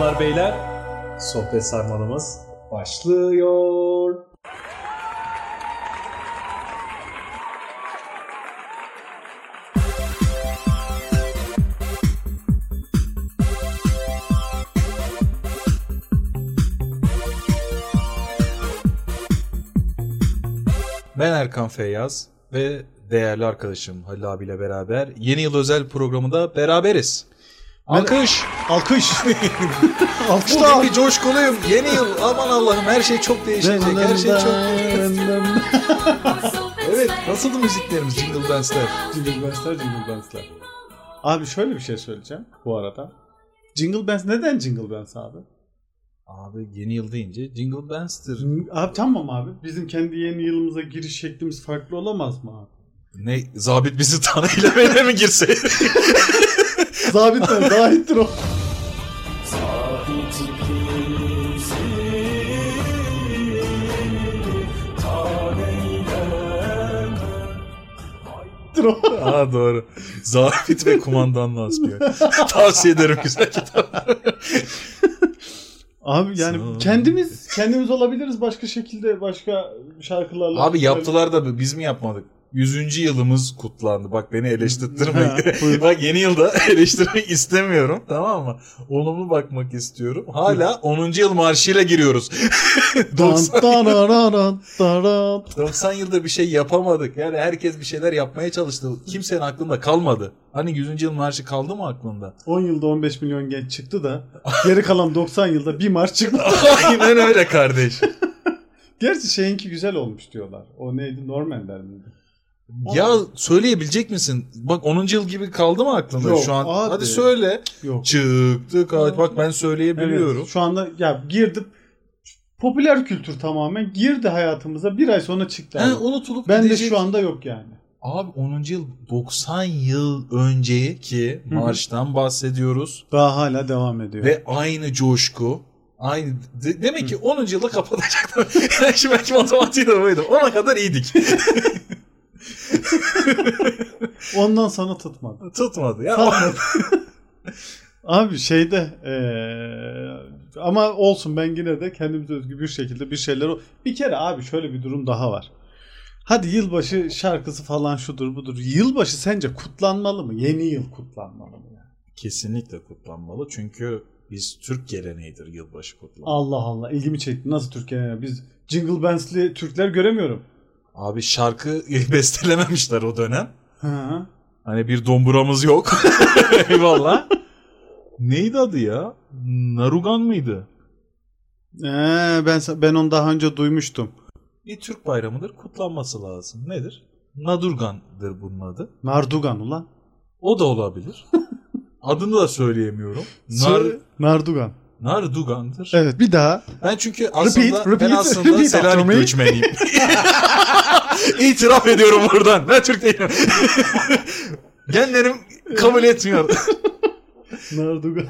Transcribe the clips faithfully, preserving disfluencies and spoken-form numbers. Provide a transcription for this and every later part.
hanımlar beyler, sohbet sarmalımız başlıyor. Ben Erkan Feyyaz ve değerli arkadaşım Halil abiyle beraber yeni yıl özel programında beraberiz. Alkış! Alkış! Alkışlar! Bugün bir coşkuluyum. Yeni yıl. Aman Allah'ım, her şey çok değişecek. Her şey çok... Evet, nasıldı müziklerimiz? Jingle Bands'ler. Jingle Bands'ler, Jingle Bands'ler. Abi şöyle bir şey söyleyeceğim bu arada. Jingle Bands neden Jingle Bands abi? Abi yeni yıl deyince Jingle Bands'tir. Abi tamam abi. Bizim kendi yeni yılımıza giriş şeklimiz farklı olamaz mı abi? Ne? Zabit bizi tanıyla böyle mi girseydi? Zabit mi? Zahittir o. Aa doğru. Zabit ve kumandanlı aspiyon. Tavsiye ederim, güzel kitap. Abi yani Sağ kendimiz kendimiz olabiliriz başka şekilde, başka şarkılarla. Abi yaptılar da biz mi yapmadık? yüzüncü yılımız kutlandı. Bak beni eleştirtmeyin. Bak yeni yılda eleştirmek istemiyorum. Tamam mı? Olumlu bakmak istiyorum. Hala onuncu yıl marşıyla giriyoruz. doksan yılda bir şey yapamadık. Yani herkes bir şeyler yapmaya çalıştı. Kimsenin aklında kalmadı. Hani yüzüncü yıl marşı kaldı mı aklında? on yılda on beş milyon genç çıktı da geri kalan doksan yılda bir marş çıkmadı. Aynen öyle kardeş. Gerçi şeyinki güzel olmuş diyorlar. O neydi? Normanler miydi? Ya söyleyebilecek misin? Bak onuncu yıl gibi kaldı mı aklında Yok, şu an? Abi. Hadi söyle. Yok. Çıktık. Bak ben söyleyebiliyorum. Evet, şu anda ya girdi. Popüler kültür tamamen girdi hayatımıza. Bir ay sonra çıktı. He, unutulup ben gidecek. de şu anda yok yani. Abi onuncu yıl doksan yıl önceki marştan bahsediyoruz. Daha hala devam ediyor. Ve aynı coşku. Aynı. De- demek ki onuncu yılda kapatacaktım. Yani şimdi belki matematiği de buydu. Ona kadar iyiydik. Ondan sonra tutmadı. Tutmadı ya. Tutmadı. Abi şeyde ee, ama olsun, ben yine de kendimize özgü bir şekilde bir şeyler... Bir kere abi şöyle bir durum daha var. Hadi yılbaşı şarkısı falan şudur budur. Yılbaşı sence kutlanmalı mı? Yeni yıl kutlanmalı mı? Yani? Kesinlikle kutlanmalı. Çünkü biz Türk geleneğidir yılbaşı kutlama. Allah Allah, ilgimi çekti. Nasıl Türk geleneği? Biz Jingle Bands'li Türkler göremiyorum. Abi şarkı bestelememişler o dönem. Hı. Hani bir domburamız yok. Eyvallah. Neydi adı ya? Narugan mıydı? Ee, ben ben onu daha önce duymuştum. Bir Türk bayramıdır, kutlanması lazım. Nedir? Nadurgan'dır bunun adı. Nardugan ulan. O da olabilir. Adını da söyleyemiyorum. Nar Nardugan. Nardugan'dır. Evet, bir daha. Ben çünkü aslında repeat, repeat, ben aslında Selanik göçmeniyim. İtiraf ediyorum buradan. Ben Türk değilim. Genlerim kabul etmiyor. Nardugan.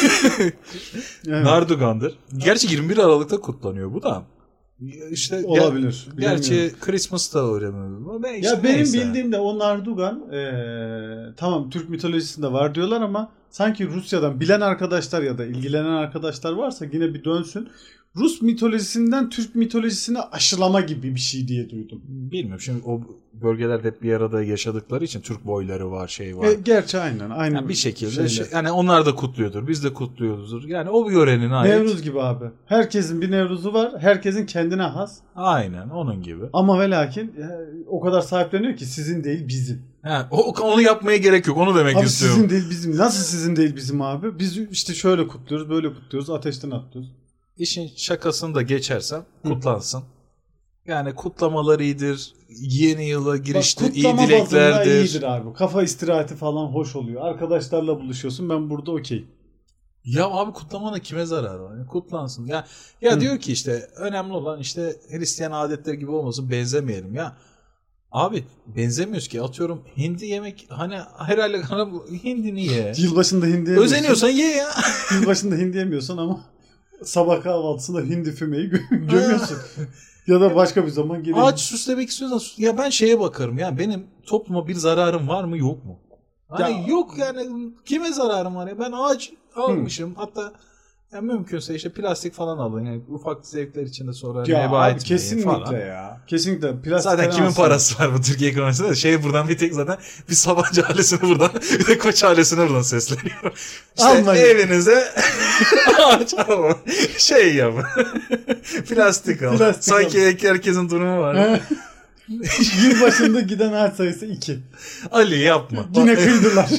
Evet. Nardugan'dır. Gerçi yirmi bir Aralık'ta kutlanıyor bu da. İşte olabilir. Ger- gerçi Christmas'ta öyle mi? Ben işte ya benim neyse. bildiğim de o Nardugan ee, tamam Türk mitolojisinde var diyorlar ama sanki Rusya'dan bilen arkadaşlar ya da ilgilenen arkadaşlar varsa yine bir dönsün. Rus mitolojisinden Türk mitolojisine aşılama gibi bir şey diye duydum. Bilmiyorum. Şimdi o bölgelerde hep bir arada yaşadıkları için Türk boyları var, şey var. E, gerçi aynen. aynen yani bir şekilde şey, yani onlar da kutluyordur. Biz de kutluyoruzdur. Yani o bir yörenin ait. Nevruz gibi abi. Herkesin bir Nevruz'u var. Herkesin kendine has. Aynen onun gibi. Ama ve lakin o kadar sahipleniyor ki sizin değil bizim. He, o, onu yapmaya gerek yok. Onu demek abi istiyorum. Sizin değil bizim. Nasıl sizin değil bizim abi? Biz işte şöyle kutluyoruz, böyle kutluyoruz. Ateşten atlıyoruz. İşin şakasını da geçersem kutlansın. Yani kutlamalar iyidir. Yeni yıla girişte Bak, iyi dileklerdir. iyidir abi. Kafa istirahati falan hoş oluyor. Arkadaşlarla buluşuyorsun. Ben burada okey. Ya abi kutlamana kime zarar var? Yani kutlansın. Ya ya Hı. diyor ki işte önemli olan işte Hristiyan adetleri gibi olmasın, benzemeyelim ya. Abi benzemiyoruz ki, atıyorum hindi yemek hani herhalde hani hindini ye. Yılbaşında hindi yemiyorsun. Özeniyorsan ye ya. Yılbaşında hindi yemiyorsan ama sabah kahvaltısında hindi fümeyi gö- gömüyorsun. Ya da başka bir zaman gelin. Ağaç süslemek istiyorsan ya ben şeye bakarım ya, benim topluma bir zararım var mı yok mu? Hani ya, yok yani kime zararım var ya, ben ağaç almışım. Hı. Hatta Yani mümkünse işte plastik falan alın. Yani ufak zevkler içinde sonra Ya heba abi etmeyin kesinlikle falan. ya. Kesinlikle. Plastik Zaten kimin alsın. parası var bu Türkiye ekonomisinde? Şey buradan bir tek zaten bir Sabancı ailesine buradan bir de Koç ailesine buradan sesleniyorum. İşte Almayın. evinize ağaç alma. Şey yapın. Plastik al. Plastik Sanki al. herkesin durumu var. Yılbaşında giden ağaç sayısı iki. Ali yapma. Yine kıydılar.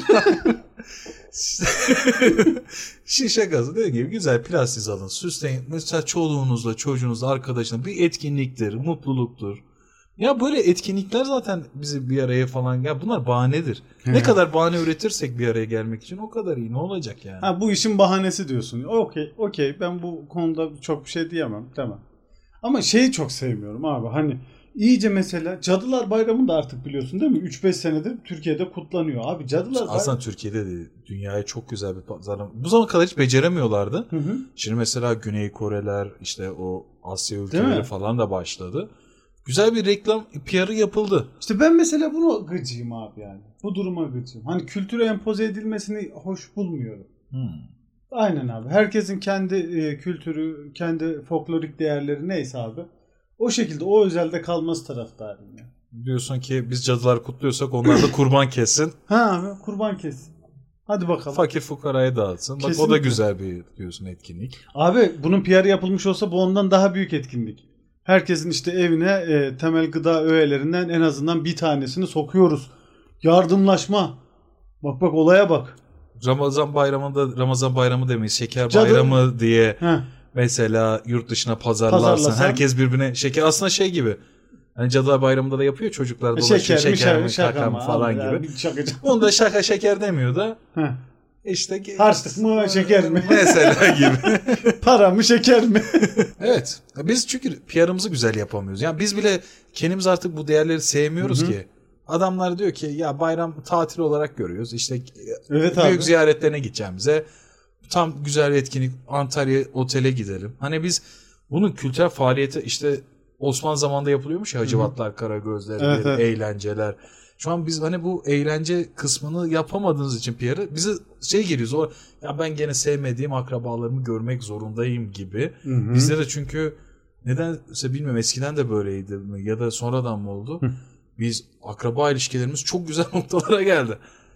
Şişe gazı dediğim gibi güzel plastik alın. Süsleyin. Mesela çoluğunuzla, çocuğunuzla, arkadaşınızla bir etkinliktir, mutluluktur. Ya böyle etkinlikler zaten bizi bir araya falan... Ya bunlar bahanedir. Ne kadar bahane üretirsek bir araya gelmek için o kadar iyi. Ne olacak yani? Ha, bu işin bahanesi diyorsun. Okey, okey. Ben bu konuda çok bir şey diyemem. Tamam. Ama şeyi çok sevmiyorum abi. Hani iyice mesela Cadılar Bayramı da artık biliyorsun değil mi? üç beş senedir Türkiye'de kutlanıyor. Abi Cadılar Bayramı... Aslında Türkiye'de de dünyaya çok güzel bir pazarlama. Bu zamana kadar hiç beceremiyorlardı. Hı hı. Şimdi mesela Güney Koreler, işte o Asya Değil ülkeleri mi? falan da başladı. Güzel bir reklam P R'ı yapıldı. İşte ben mesela bunu gıcığım abi yani. Bu duruma gıcığım. Hani kültüre empoze edilmesini hoş bulmuyorum. Hmm. Aynen abi. Herkesin kendi e, kültürü, kendi folklorik değerleri neyse abi. O şekilde o özelde kalması taraftarıyım ya. Diyorsun ki biz cadılar kutluyorsak onlar da kurban kessin. Ha abi kurban kessin. Hadi bakalım. Fakir fukaraya dağıtsın. Bak Kesinlikle. o da güzel bir diyorsun etkinlik. Abi bunun P R yapılmış olsa bu ondan daha büyük etkinlik. Herkesin işte evine e, temel gıda öğelerinden en azından bir tanesini sokuyoruz. Yardımlaşma. Bak bak olaya bak. Ramazan bayramında Ramazan bayramı demeyiz. Şeker Cadı- bayramı diye Heh. mesela yurt dışına pazarlarsın. Pazarlasan. Herkes birbirine şeker aslında şey gibi. Hani Cadılar Bayramı'nda da yapıyor çocuklar dolaşıyor. Şeker mi Şeker mi şaka, kaka şaka mı mı falan abi ya, gibi. bir şakacı. Onu da şaka şeker demiyor da Heh. işte Harçlık mı şeker mi? mesela gibi. Para mı şeker mi? Evet. Biz çünkü P R'ımızı güzel yapamıyoruz. Yani biz bile kendimiz artık bu değerleri sevmiyoruz Hı hı. ki. Adamlar diyor ki ya bayram tatil olarak görüyoruz. İşte Evet büyük abi. ziyaretlerine gideceğimize tam güzel bir etkinlik Antalya otele gidelim. Hani biz bunun kültürel faaliyeti işte Osmanlı zamanında yapılıyormuş ya Hacivatlar, Karagözler, Evet, evet. eğlenceler. Şu an biz hani bu eğlence kısmını yapamadığınız için P R'ı bize şey geliyoruz o ya ben gene sevmediğim akrabalarımı görmek zorundayım gibi. Hı hı. Bizde de çünkü nedense bilmiyorum eskiden de böyleydi mi ya da sonradan mı oldu? Hı. Biz akraba ilişkilerimiz çok güzel noktalara geldi.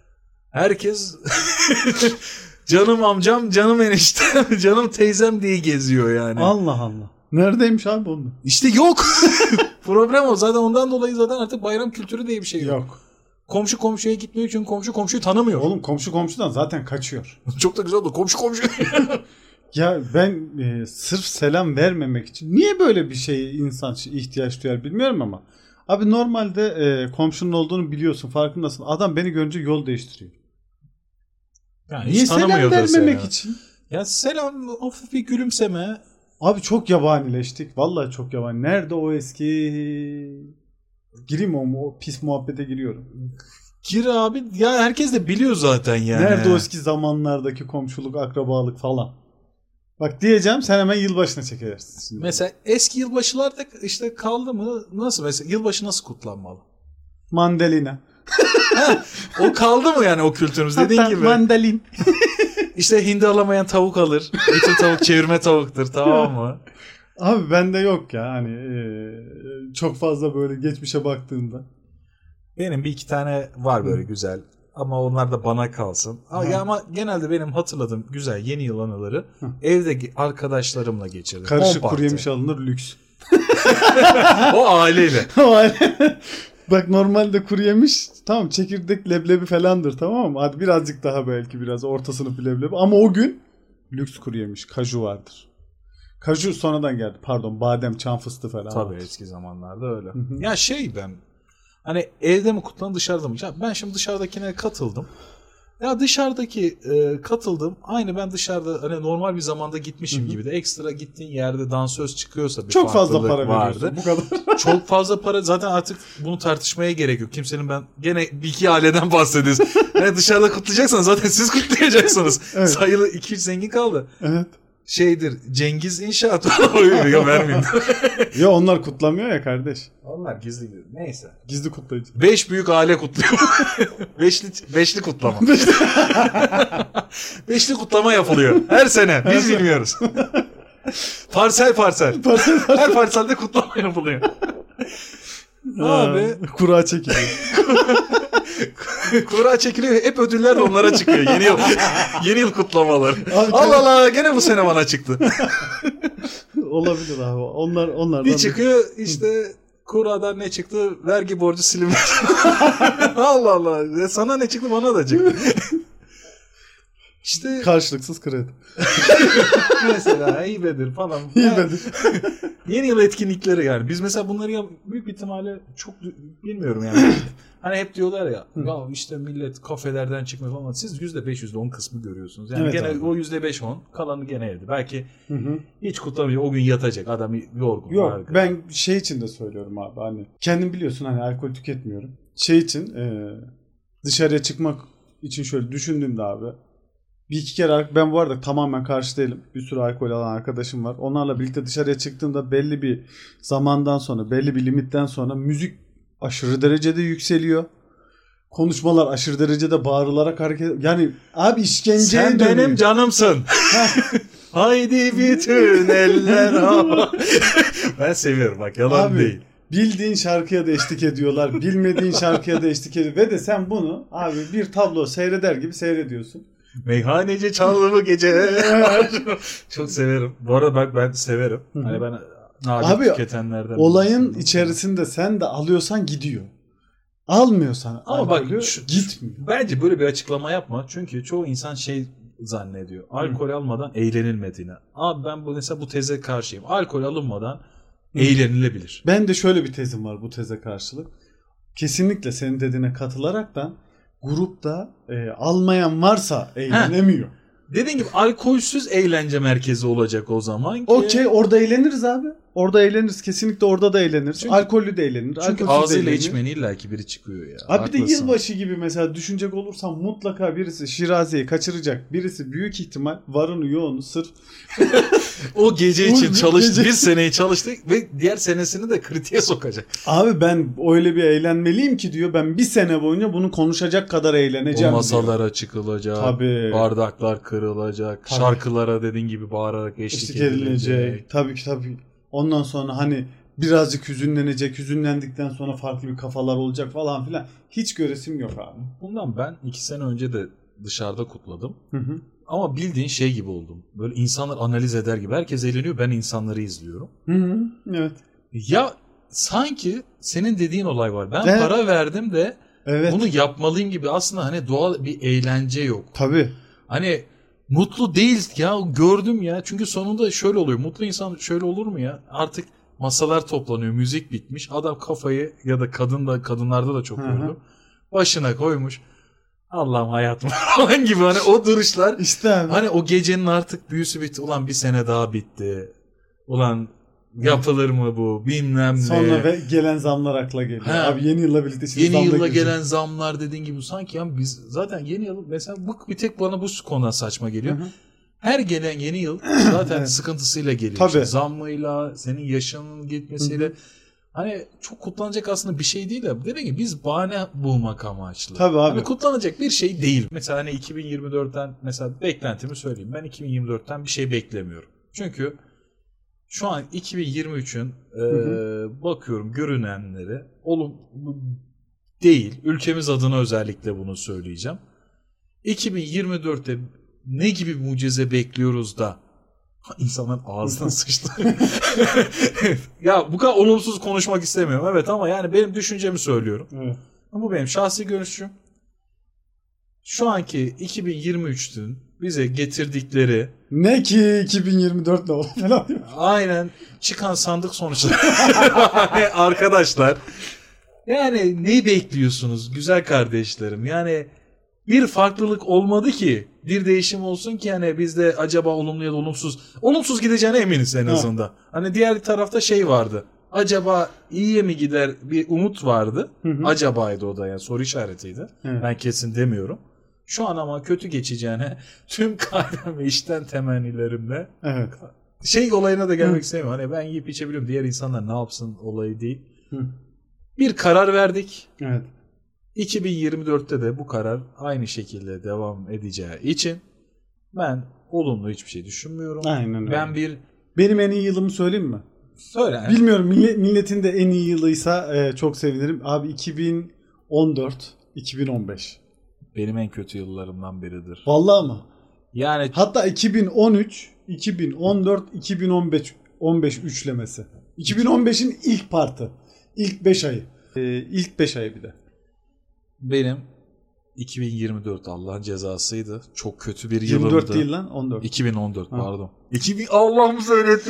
Herkes canım amcam, canım eniştem, canım teyzem diye geziyor yani. Allah Allah. Neredeymiş abi onun? İşte yok. Problem o. Zaten ondan dolayı zaten artık bayram kültürü diye bir şey yok. Yok. Komşu komşuya gitmiyor çünkü komşu komşuyu tanımıyor. Oğlum komşu komşudan zaten kaçıyor. Çok da güzel oldu. Komşu komşu. Ya ben e, sırf selam vermemek için niye böyle bir şeye insan ihtiyaç duyar bilmiyorum ama. Abi normalde e, komşunun olduğunu biliyorsun, farkındasın. Adam beni görünce yol değiştiriyor. Yani Niye hiç selam tanımıyor da vermemek seni. için? Ya selam, hafif bir gülümseme. Abi çok yabanileştik. Vallahi çok yabani. Nerede o eski... Gireyim o, o pis muhabbete giriyorum. Gir abi. Ya herkes de biliyor zaten yani. Nerede o eski zamanlardaki komşuluk, akrabalık falan. Bak diyeceğim, sen hemen yılbaşına çekersin. Şimdi. Mesela eski yılbaşılarda işte kaldı mı? Nasıl mesela? Yılbaşı nasıl kutlanmalı? Mandalina. O kaldı mı yani o kültürümüz dediğin Hatta gibi? mandalin. İşte hindi alamayan tavuk alır. Bütün tavuk çevirme tavuktur, tamam mı? Abi bende yok ya hani e, çok fazla böyle geçmişe baktığımda. Benim bir iki tane var böyle güzel. Ama onlar da bana kalsın. Ama, ya ama genelde benim hatırladığım güzel yeni yıl anıları evde arkadaşlarımla geçirdim. Karışık On parti. kuru yemiş alınır lüks. O aileyle. Bak normalde kuru yemiş tamam çekirdek leblebi falandır tamam mı? Hadi birazcık daha belki biraz orta sınıf bir leblebi. Ama o gün lüks kuru yemiş. Kaju vardır. Kaju sonradan geldi. Pardon badem, çam fıstığı falan. Tabii eski zamanlarda öyle. Ya şey ben hani evde mi kutlanır dışarıda mı? Ya ben şimdi dışarıdakine katıldım. Ya dışarıdaki e, katıldım. Aynı ben dışarıda hani normal bir zamanda gitmişim Hı hı. gibi de ekstra gittiğin yerde dansöz çıkıyorsa bir Çok fazla farklılık para vardı. veriyorsun. Bu kadar. Çok fazla para zaten artık bunu tartışmaya gerek yok. Kimsenin ben gene bir iki aileden bahsediyoruz. Yani dışarıda kutlayacaksanız zaten siz kutlayacaksınız. Evet. Sayılı iki üç zengin kaldı. Evet. şeydir Cengiz İnşaat. Yok vermeyeyim. Ya onlar kutlamıyor ya kardeş. Onlar gizli gibi. Neyse. Gizli kutlayıcı. Beş büyük aile kutluyor. beşli, beşli kutlama. Beşli kutlama yapılıyor. Her sene. Biz bilmiyoruz. Parsel parsel. Parsel parsel. Her parselde kutlama yapılıyor. Abi. Kura çekiliyor. Kura çekiliyor. Hep ödüller de onlara çıkıyor. Yeni yıl. Yeni yıl kutlamaları. Abi, Allah Allah gene bu sene bana çıktı. Olabilir abi. Onlar onlardan. Bir çıkıyor işte kuradan ne çıktı? Vergi borcu silinmiş. Allah Allah. Sana ne çıktı bana da çıktı. İşte karşılıksız kredi. mesela hibedir falan. Hibedir. Yeni yıl etkinlikleri yani. Biz mesela bunları ya büyük bir ihtimalle çok bilmiyorum yani. Hani hep diyorlar ya, ya işte millet kafelerden çıkmıyor falan. Siz yüzde beş yüzde on kısmı görüyorsunuz. Yani evet, gene abi. o yüzde beş on kalanı gene evde. Belki hı hı. hiç kutlamıyor. O gün yatacak. Adam yorgun. Yok harika. Ben şey için de söylüyorum abi. Hani kendim biliyorsun hani alkol tüketmiyorum. Şey için e, dışarıya çıkmak için şöyle düşündüğümde abi. Bir iki kere ben bu arada tamamen karşı değilim. Bir sürü alkol alan arkadaşım var. Onlarla birlikte dışarıya çıktığımda belli bir zamandan sonra, belli bir limitten sonra müzik aşırı derecede yükseliyor. Konuşmalar aşırı derecede bağırılarak hareket... Yani abi işkenceye Sen dönüyor. benim canımsın. Haydi bütün eller hava. Ben seviyorum bak yalan abi, değil. Bildiğin şarkıya da eşlik ediyorlar. Bilmediğin şarkıya da eşlik ediyor. Ve de sen bunu abi bir tablo seyreder gibi seyrediyorsun. Meyhaneci çaldı bu gece. Çok severim. Bu arada ben, ben severim. Hı-hı. Hani ben nadir abi, tüketenlerden. Olayın birisi. içerisinde sen de alıyorsan gidiyor. Almıyorsan ama bak şu, gitmiyor. Bence böyle bir açıklama yapma. Çünkü çoğu insan şey zannediyor. Alkol Hı. almadan eğlenilmediğine. Abi ben bu mesela bu teze karşıyım. Alkol alınmadan Hı. eğlenilebilir. Ben de şöyle bir tezim var bu teze karşılık. Kesinlikle senin dediğine katılaraktan grupta e, almayan varsa eğlenemiyor. Heh. Dediğin gibi alkolsüz eğlence merkezi olacak o zaman ki. Okey orada eğleniriz abi. Orada eğleniriz. Kesinlikle orada da eğleniriz. Çünkü, alkollü de eğlenir. Çünkü ağzıyla içmenin illaki biri çıkıyor ya. Abi haklısın. Bir de yılbaşı gibi mesela düşünecek olursam mutlaka birisi Şirazi'yi kaçıracak. Birisi büyük ihtimal varını yoğunu sırf o gece için çalıştı. Bir seneyi çalıştı ve diğer senesini de kritiğe sokacak. Abi ben öyle bir eğlenmeliyim ki diyor. Ben bir sene boyunca bunu konuşacak kadar eğleneceğim o masalara diyor. çıkılacak. Tabii. Bardaklar kırılacak. Tabii. Şarkılara dediğin gibi bağırarak eşlik, eşlik edilecek. edilecek. Tabii ki tabii. Ondan sonra hani birazcık hüzünlenecek. Hüzünlendikten sonra farklı bir kafalar olacak falan filan. Hiç göresim yok abi. Bundan ben iki sene önce de dışarıda kutladım. Hı hı. Ama bildiğin şey gibi oldum. Böyle insanlar analiz eder gibi. Herkes eğleniyor. Ben insanları izliyorum. Hı hı. Evet. Ya sanki senin dediğin olay var. Ben evet. para verdim de evet. bunu yapmalıyım gibi. Aslında hani doğal bir eğlence yok. Tabii. Hani mutlu değil ya gördüm ya. Çünkü sonunda şöyle oluyor. Mutlu insan şöyle olur mu ya? Artık masalar toplanıyor. Müzik bitmiş. Adam kafayı ya da kadın da kadınlarda da çok gördüm. Başına koymuş. Allah'ım hayatım falan gibi hani o duruşlar. İşte abi. Hani o gecenin artık büyüsü bitti. Ulan bir sene daha bitti. Ulan yapılır mı bu? Bilmem ne. Sonra ve gelen zamlar akla geliyor. Ha. Abi yeni yılla birlikte şimdi yeni yılla gelecek. gelen zamlar dediğin gibi sanki yani biz zaten yeni yıl mesela bu bir tek bana bu konuda saçma geliyor. Hı hı. Her gelen yeni yıl zaten evet. sıkıntısıyla geliyor. Tabii. İşte zammıyla, senin yaşının gitmesiyle. Hı hı. Hani çok kutlanacak aslında bir şey değil de dediğim gibi biz bahane bulmak amaçlı. Tabii abi. Hani kutlanacak bir şey değil. Mesela hani iki bin yirmi dörtten mesela beklentimi söyleyeyim. Ben iki bin yirmi dörtten bir şey beklemiyorum. Çünkü şu an iki bin yirmi üçün e, bakıyorum görünenleri olum değil. Ülkemiz adına özellikle bunu söyleyeceğim. iki bin yirmi dörtte ne gibi mucize bekliyoruz da insanların ağzına sıçtı. Ya bu kadar olumsuz konuşmak istemiyorum. Evet ama yani benim düşüncemi söylüyorum. Evet. Bu benim şahsi görüşüm. Şu anki iki bin yirmi üçün bize getirdikleri ne ki iki bin yirmi dört ne oldu falan diyor. Aynen çıkan sandık sonuçları. Arkadaşlar yani neyi bekliyorsunuz güzel kardeşlerim? Yani bir farklılık olmadı ki bir değişim olsun ki hani bizde acaba olumlu ya da olumsuz olumsuz gideceğine eminiz en azından. Ha. Hani diğer tarafta şey vardı. Acaba iyiye mi gider bir umut vardı. Hı hı. Acaba'ydı o da yani soru işaretiydi. Hı. Ben kesin demiyorum. Şu an ama kötü geçeceğine tüm kalbim ve içten temennilerimle Evet. şey olayına da gelmek Hı. istemiyorum. Hani ben yiyip içebiliyorum. Diğer insanlar ne yapsın olayı değil. Hı. Bir karar verdik. Evet. iki bin yirmi dörtte de bu karar aynı şekilde devam edeceği için ben olumlu hiçbir şey düşünmüyorum. Aynen öyle. Ben bir Benim en iyi yılımı söyleyeyim mi? söyle. Bilmiyorum millet, milletin de en iyi yılıysa e, çok sevinirim. Abi iki bin on dört iki bin on beş. Benim en kötü yıllarımdan biridir. Vallahi mı? Yani Hatta iki bin on üç, iki bin on dört, iki bin on beş on beş üçlemesi. iki bin on beşin ilk partı. İlk beş ayı. Ee, ilk beş ayı bir de. benim iki bin yirmi dört Allah'ın cezasıydı. Çok kötü bir yirmi dört yılımdı. değil lan on dört. iki bin on dört Ha. pardon. iki bin Allah'ım söyletti.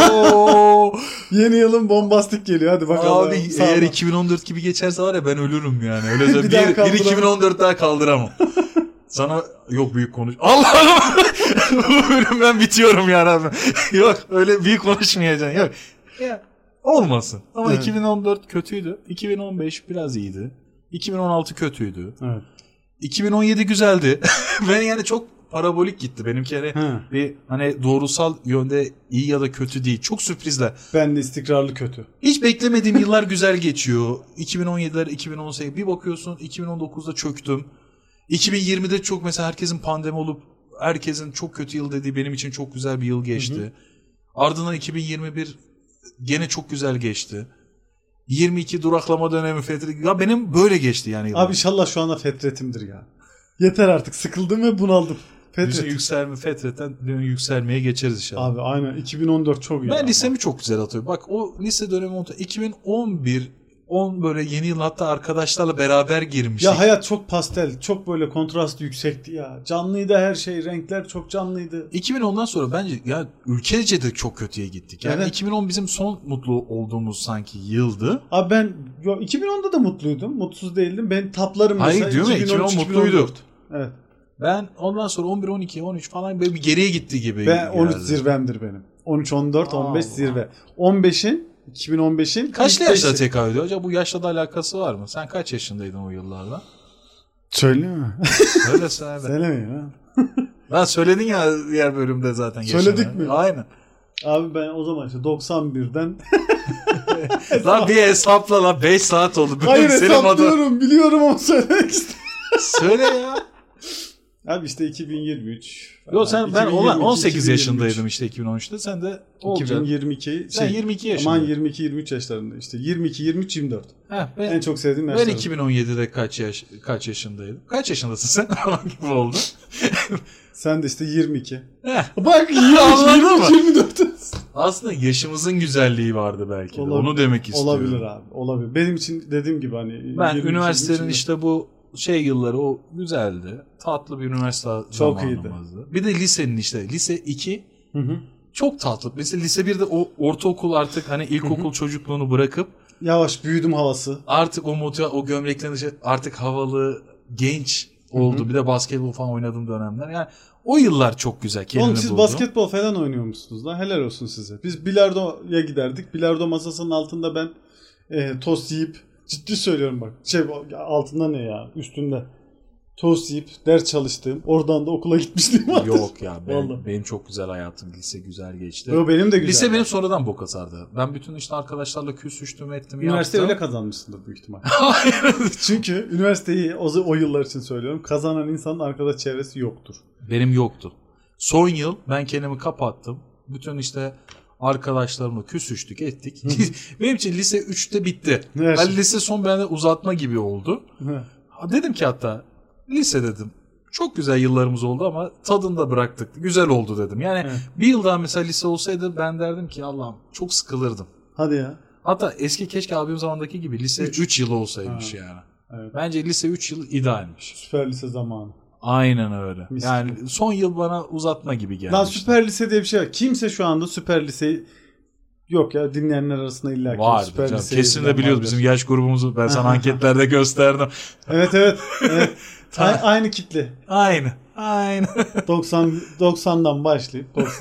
Oo! Yeni yılın bombastik geliyor. Hadi bakalım. Abi Sağ eğer ol. iki bin on dört gibi geçerse var ya ben ölürüm yani. Öyle söyleyeyim. Bir daha bir, bir kaldıramam. iki bin on dört daha kaldıramam. Sana yok büyük konuş. Allah'ım. Bu bölüm ben bitiyorum ya Rabbim. Yok öyle büyük konuşmayacaksın. Yok. Ya, olmasın. Ama Evet. iki bin on dört kötüydü. iki bin on beş biraz iyiydi. iki bin on altı kötüydü. Evet. iki bin on yedi güzeldi. Ben yani çok parabolik gitti. Benimki hani Ha. bir hani doğrusal yönde iyi ya da kötü değil. Çok sürprizler. Ben de istikrarlı kötü. Hiç beklemediğim yıllar güzel geçiyor. iki bin on yediler, iki bin on sekiz bir bakıyorsun iki bin on dokuzda çöktüm. iki bin yirmide çok mesela herkesin pandemi olup herkesin çok kötü yıl dediği benim için çok güzel bir yıl geçti. Hı hı. Ardından iki bin yirmi bir gene çok güzel geçti. yirmi iki duraklama dönemi fetret. Ya benim böyle geçti yani yıllar. Abi inşallah şu anda fetretimdir ya. Yeter artık. Sıkıldım ve bunaldım. Bizim Fetret. yükselme fetretten dönüm yükselmeye geçeriz inşallah. Abi aynen. iki bin on dört çok iyi. Ben ama. lisemi çok güzel atıyorum. Bak o lise dönemi iki bin on bir on böyle yeni yıl hatta arkadaşlarla beraber girmiştik. Ya hayat çok pastel. Çok böyle kontrast yüksekti ya. Canlıydı her şey. Renkler çok canlıydı. iki bin ondan sonra bence ya ülkece de çok kötüye gittik. Yani Evet. iki bin on bizim son mutlu olduğumuz sanki yıldı. Abi ben yo, iki bin onda da mutluydum. Mutsuz değildim. Ben taplarım Hayır, mesela. diyorum ya, iki bin on üç, iki bin on iki bin on dört. mutluydu. Evet. Ben ondan sonra on bir on iki on üç falan böyle bir geriye gitti gibi. Ben on üç geldi. zirvemdir benim. on üç on dört on beş Allah. zirve. on beşin iki bin on beşin Kaçlı ilk yaşta beşi. tekabül ediyor? Acaba bu yaşla da alakası var mı? Sen kaç yaşındaydın o yıllarda? Söyleyeyim mi? Söyle sen. Söylemeyin ha. Lan söyledin ya diğer bölümde zaten. Söyledik yaşını. mi? Aynen. Abi ben o zaman işte doksan birden Lan bir hesapla lan beş saat oldu. Bugün hayır senin adın- hesaplıyorum biliyorum ama söylemek istedim. Söyle ya. Abi işte iki bin yirmi üç. Yo sen ben olan on sekiz iki bin yirmi üç. yaşındaydım işte iki bin on üçte. Sen de iki olacaksın. bin yirmi iki Sen şey, yirmi iki aman yaşındaydın. yirmi iki yirmi üç yaşlarında işte yirmi iki yirmi üç yirmi dört. Heh, ben, En çok sevdiğim ben yaşlar. iki bin on yedide kaç yaş kaç yaşındaydım? Kaç yaşındasın sen? Gibi oldu. Sen de işte yirmi iki. Heh. Bak Anladın mı? yirmi dört. Aslında yaşımızın güzelliği vardı belki de. Olabilir. Onu demek istiyorum. Olabilir abi. Olabilir. Benim için dediğim gibi hani Ben yirmi, üniversitenin yirmi üç, işte bu şey yılları o güzeldi. Tatlı bir üniversite Çok iyiydi. zamanımızdı. Bir de lisenin işte lise iki Hı hı. çok tatlı. Mesela lise birde o ortaokul artık hani ilkokul çocukluğunu bırakıp Yavaş büyüdüm havası. artık o motive, o gömleklerin dışı artık havalı, genç oldu. Hı hı. Bir de basketbol falan oynadığım dönemler. Yani o yıllar çok güzel. Kendini Oğlum siz buldu. basketbol falan oynuyor musunuz lan? Helal olsun size. Biz bilardoya giderdik. Bilardo masasının altında ben e, tost yiyip ciddi söylüyorum bak. Şey altında ne ya? Üstünde. Tost yiyip ders çalıştığım. Oradan da okula gitmişliğim vardır. Yok ya benim, Vallahi. benim çok güzel hayatım. Lise güzel geçti. Yo, benim de güzel. Lise benim sonradan boka sardı. Ben bütün işte arkadaşlarla küsüştüm ettim Üniversite yaptım. öyle kazanmışsındır büyük ihtimal. Hayır. Çünkü üniversiteyi o, o yıllar için söylüyorum. Kazanan insanın arkadaş çevresi yoktur. Benim yoktu. Son yıl ben kendimi kapattım. Bütün işte arkadaşlarımla küsüştük ettik. Benim için lise üçte bitti. Her Ben şey. lise son bende uzatma gibi oldu. Hı. Dedim ki hatta lise dedim. Çok güzel yıllarımız oldu ama tadında bıraktık. Güzel oldu dedim. Yani Evet. bir yıl daha mesela lise olsaydı ben derdim ki Allah'ım çok sıkılırdım. Hadi ya. Hatta eski keşke abim zamandaki gibi lise Üç. üç yıl olsaymış Ha. yani. Evet. Bence lise üç yıl idealmiş. Süper lise zamanı. Aynen öyle. Mis Yani son yıl bana uzatma gibi geldi. Lan süper lise diye bir şey var. Kimse şu anda süper liseyi yok ya dinleyenler arasında illa ki Vardı süper canım. liseyi Kesin de bilen biliyoruz vardır. bizim yaş grubumuzu. Ben sana anketlerde gösterdim. Evet evet. evet. Ta- A- aynı kitle. Aynı. Aynı. doksan doksandan başlayıp doksan.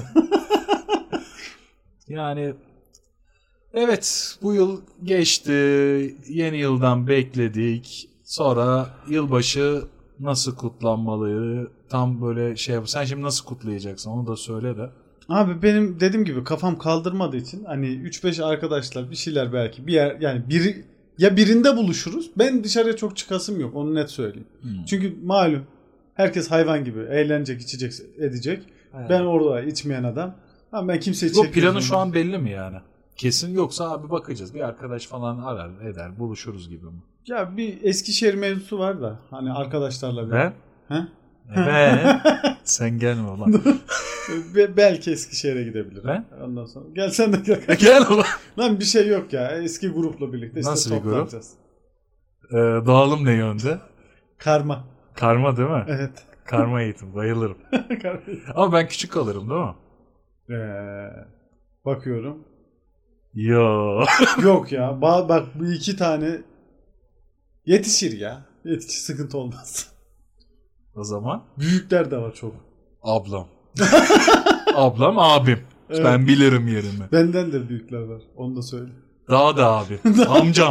Yani evet bu yıl geçti. Yeni yıldan bekledik. Sonra yılbaşı Nasıl kutlanmalı? Tam böyle şey yap. Sen şimdi nasıl kutlayacaksın? Onu da söyle de. Abi benim dediğim gibi kafam kaldırmadığı için hani üç beş arkadaşlar bir şeyler belki bir yer yani biri ya birinde buluşuruz. Ben dışarıya çok çıkasım yok. Onu net söyleyeyim. Hmm. Çünkü malum herkes hayvan gibi eğlenecek, içecek, edecek. Evet. Ben orada içmeyen adam. Ama ben kimseyi çekmiyorum. Bu planı şu an belli mi yani? Kesin yoksa abi bakacağız. Bir arkadaş falan arar eder. Buluşuruz gibi mi? Ya bir Eskişehir mevzusu var da. Hani arkadaşlarla bir. Ben? He? Ben? Sen gelme ulan. Belki Eskişehir'e gidebilirim. Ben? Ondan sonra. Gel sen de gel. Gel ulan. Lan bir şey yok ya. Eski grupla birlikte işte nasıl bir grup? Ee, dağılım ne yönde? Karma. Karma değil mi? Evet. Karma eğitim. Bayılırım. Karma eğitim. Ama ben küçük kalırım değil mi? Ee, bakıyorum. Yo. Yok ya. Ba- bak bu iki tane yetişir ya. Yetişir, sıkıntı olmaz. O zaman? Büyükler de var çok. Ablam. Ablam abim. Evet. Ben bilirim yerimi. Benden de büyükler var. Onu da söyle. Daha da abi. Amcam.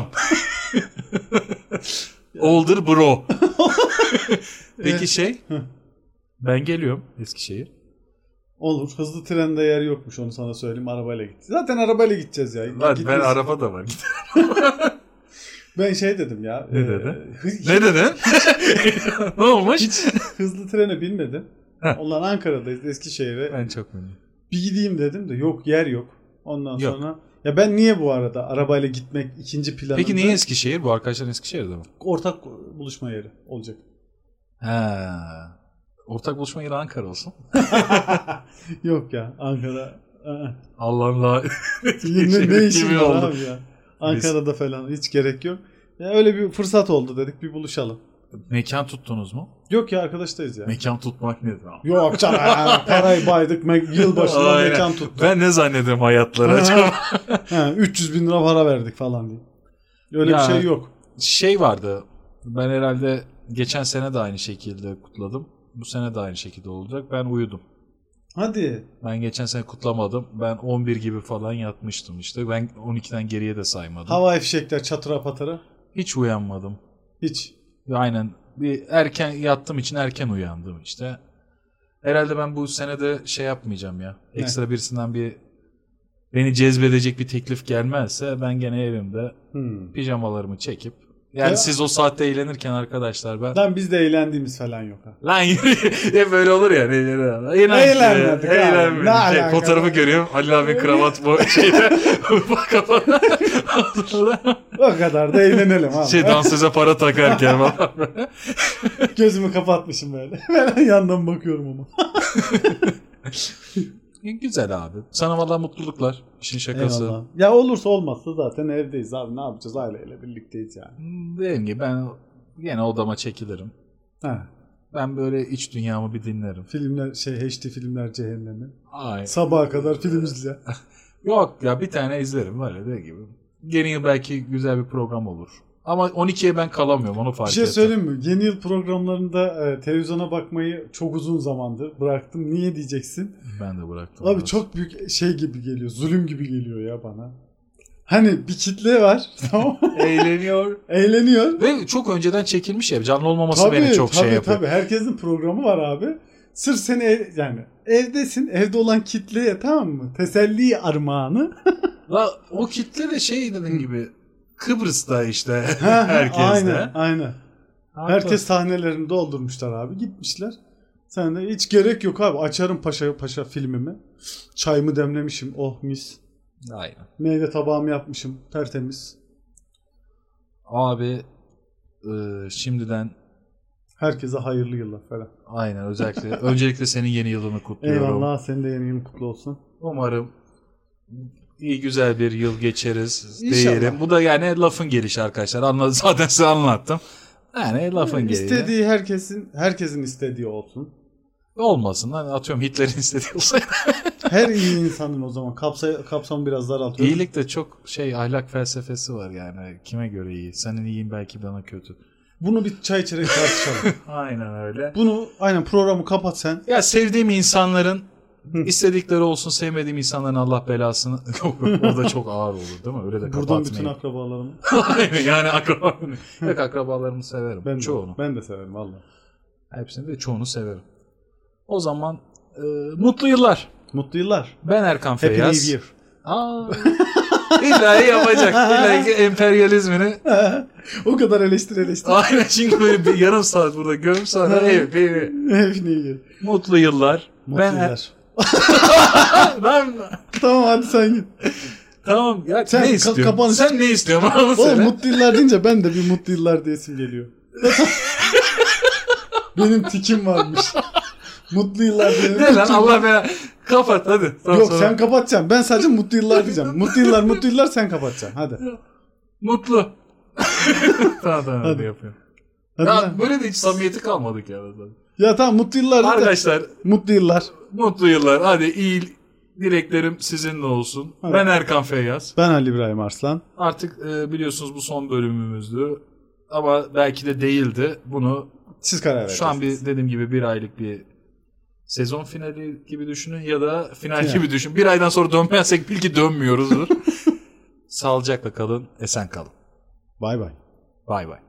Older bro. Peki şey? Ben geliyorum Eskişehir. Olur. Hızlı trende yer yokmuş, onu sana söyleyeyim. Arabayla git. Zaten arabayla gideceğiz ya. Lan ben araba da var. Ben şey dedim ya. Ne e, dedi? Ne dedi? Ne olmuş? Hiç hızlı trene binmedim. Onlar Ankara'dayız, Eskişehir'e. Ben çok memnunum. Bir gideyim dedim de yok, yer yok. Ondan yok. Sonra ya ben niye bu arada arabayla gitmek ikinci planımda. Peki niye Eskişehir? Bu arkadaşlar Eskişehir'de mi? Ortak buluşma yeri olacak. He. Ortak buluşma yeri Ankara olsun. Yok ya Ankara. Allah'ın la... ne, ne işin var abi ya. Ankara'da Biz... falan hiç gerek yok. Ya öyle bir fırsat oldu, dedik bir buluşalım. Mekan tuttunuz mu? Yok ya, arkadaştayız ya. Mekan tutmak nedir abi? Yok canım ya, parayı baydık yılbaşında mekan tuttuk. Ben ne zannediyorum hayatları acaba? üç yüz bin lira para verdik falan diye. Öyle ya, bir şey yok. Şey vardı, ben herhalde geçen sene de aynı şekilde kutladım. Bu sene de aynı şekilde olacak. Ben uyudum. Hadi. Ben geçen sene kutlamadım. Ben on bir gibi falan yatmıştım işte. Ben on ikiden geriye de saymadım. Hava fişekler çatıra patıra. Hiç uyanmadım. Hiç. Aynen. Bir erken yattığım için erken uyandım işte. Herhalde ben bu sene de şey yapmayacağım ya. Ekstra ne? Birisinden bir beni cezbedecek bir teklif gelmezse ben gene evimde hmm. pijamalarımı çekip yani ya. Siz o saatte eğlenirken arkadaşlar ben... Lan biz de eğlendiğimiz falan yok ha. Lan hep böyle olur ya. Eğlenmedik. Eğlenmedik. Şey, fotoğrafı görüyorum. Halil abi kravat bu şeyde. Kafana. O kadar da eğlenelim abi. Şey dansöze para takarken falan. Gözümü kapatmışım böyle. Ben yandan bakıyorum ama. Güzel abi. Sana valla mutluluklar. İşin şakası. Eyvallah. Ya olursa olmazsa zaten evdeyiz abi. Ne yapacağız? Aileyle birlikteyiz yani. Dediğim gibi ben yine odama çekilirim. Ha. Ben böyle iç dünyamı bir dinlerim. Filmler şey H D filmler cehennemi. Ay. Sabaha kadar film izle. Yok ya, bir tane izlerim böyle de gibi. Yeni yıl belki güzel bir program olur. Ama on ikiye ben kalamıyorum, onu fark ettim. Bir şey söyleyeyim mi? Yeni yıl programlarında e, televizyona bakmayı çok uzun zamandır bıraktım. Niye diyeceksin? Ben de bıraktım. Abi orası. Çok büyük şey gibi geliyor. Zulüm gibi geliyor ya bana. Hani bir kitle var. Tamam. Eğleniyor. Eğleniyor. Ve çok önceden çekilmiş ya. Canlı olmaması tabii, beni çok tabii, şey yapıyor. Tabii tabii. Herkesin programı var abi. Sırf seni ev, yani evdesin. Evde olan kitleye, tamam mı? Teselli armağanı. La, o kitle de şey dediğin gibi Kıbrıs'ta işte herkes de. Aynen aynen. Hatta. Herkes sahnelerini doldurmuşlar abi. Gitmişler. Sen de hiç gerek yok abi. Açarım paşa paşa filmimi. Çayımı demlemişim. Oh mis. Aynen. Meyve tabağımı yapmışım. Tertemiz. Abi e, şimdiden herkese hayırlı yıllar falan. Aynen, özellikle. Öncelikle senin yeni yılını kutluyorum. Eyvallah, senin de yeni yılın kutlu olsun. Umarım iyi güzel bir yıl geçeriz diyelim. Bu da yani lafın gelişi arkadaşlar. Anladım, zaten size anlattım. Yani lafın yani gelişi. İstediği herkesin herkesin istediği olsun. Olmasın. Hani atıyorum Hitler'in istediği olsaydı. Her iyi insanın o zaman kapsa, kapsamı biraz daraltıyor. İyilik de çok şey ahlak felsefesi var yani. Kime göre iyi? Senin iyiyin belki bana kötü. Bunu bir çay içerek tartışalım. Aynen öyle. Bunu aynen programı kapat sen. Ya sevdiğim insanların istedikleri olsun, sevmediğim insanların Allah belasını. O da çok ağır olur değil mi? Öyle de kapatmayın. Buradan bütün akrabalarımı. Yani akrabalarımı. Yok, akrabalarımı severim. Ben çoğunu. De, ben de severim valla. Hepsini de çoğunu severim. O zaman e, mutlu yıllar. Mutlu yıllar. Ben Erkan Happy Feyyaz. New Year. Aa, illa yapacak. İlla ki emperyalizmini. O kadar eleştir eleştir. Aynen, çünkü böyle bir yarım saat burada göm sonra happy, Happy New Year. mutlu yıllar. Mutlu ben yıllar. ben Tamam hadi sen git. tamam ya, Sen ne ka- istiyorsun? kapanış- Sen ne istiyorsun? Onu Oğlum söyle. mutlu yıllar deyince ben de bir mutlu yıllar diyesim geliyor. Benim tikim varmış. Mutlu yıllar diye. Ne lan, Allah be. Kapat hadi. Tamam, Yok sonra. sen kapatacaksın. Ben sadece mutlu yıllar diyeceğim. Mutlu yıllar mutlu yıllar sen kapatacaksın. Hadi. Mutlu. tamam tamam Hadi. hadi yapıyorum. Hadi Ya lan. böyle de hiç samimiyeti kalmadık ya. Ya tamam mutlu yıllar. de- Arkadaşlar Mutlu yıllar. mutlu yıllar. Hadi iyi dileklerim sizinle olsun. Evet. Ben Erkan Feyyaz. Ben Ali İbrahim Arslan. Artık e, biliyorsunuz bu son bölümümüzdü. Ama belki de değildi. Bunu Siz karar verdiniz. şu an bir dediğim gibi bir aylık bir sezon finali gibi düşünün ya da final Final. gibi düşün. Bir aydan sonra dönmezsek bil ki dönmüyoruzdur. Sağlıcakla kalın, esen kalın. Bay bay. Bay bay.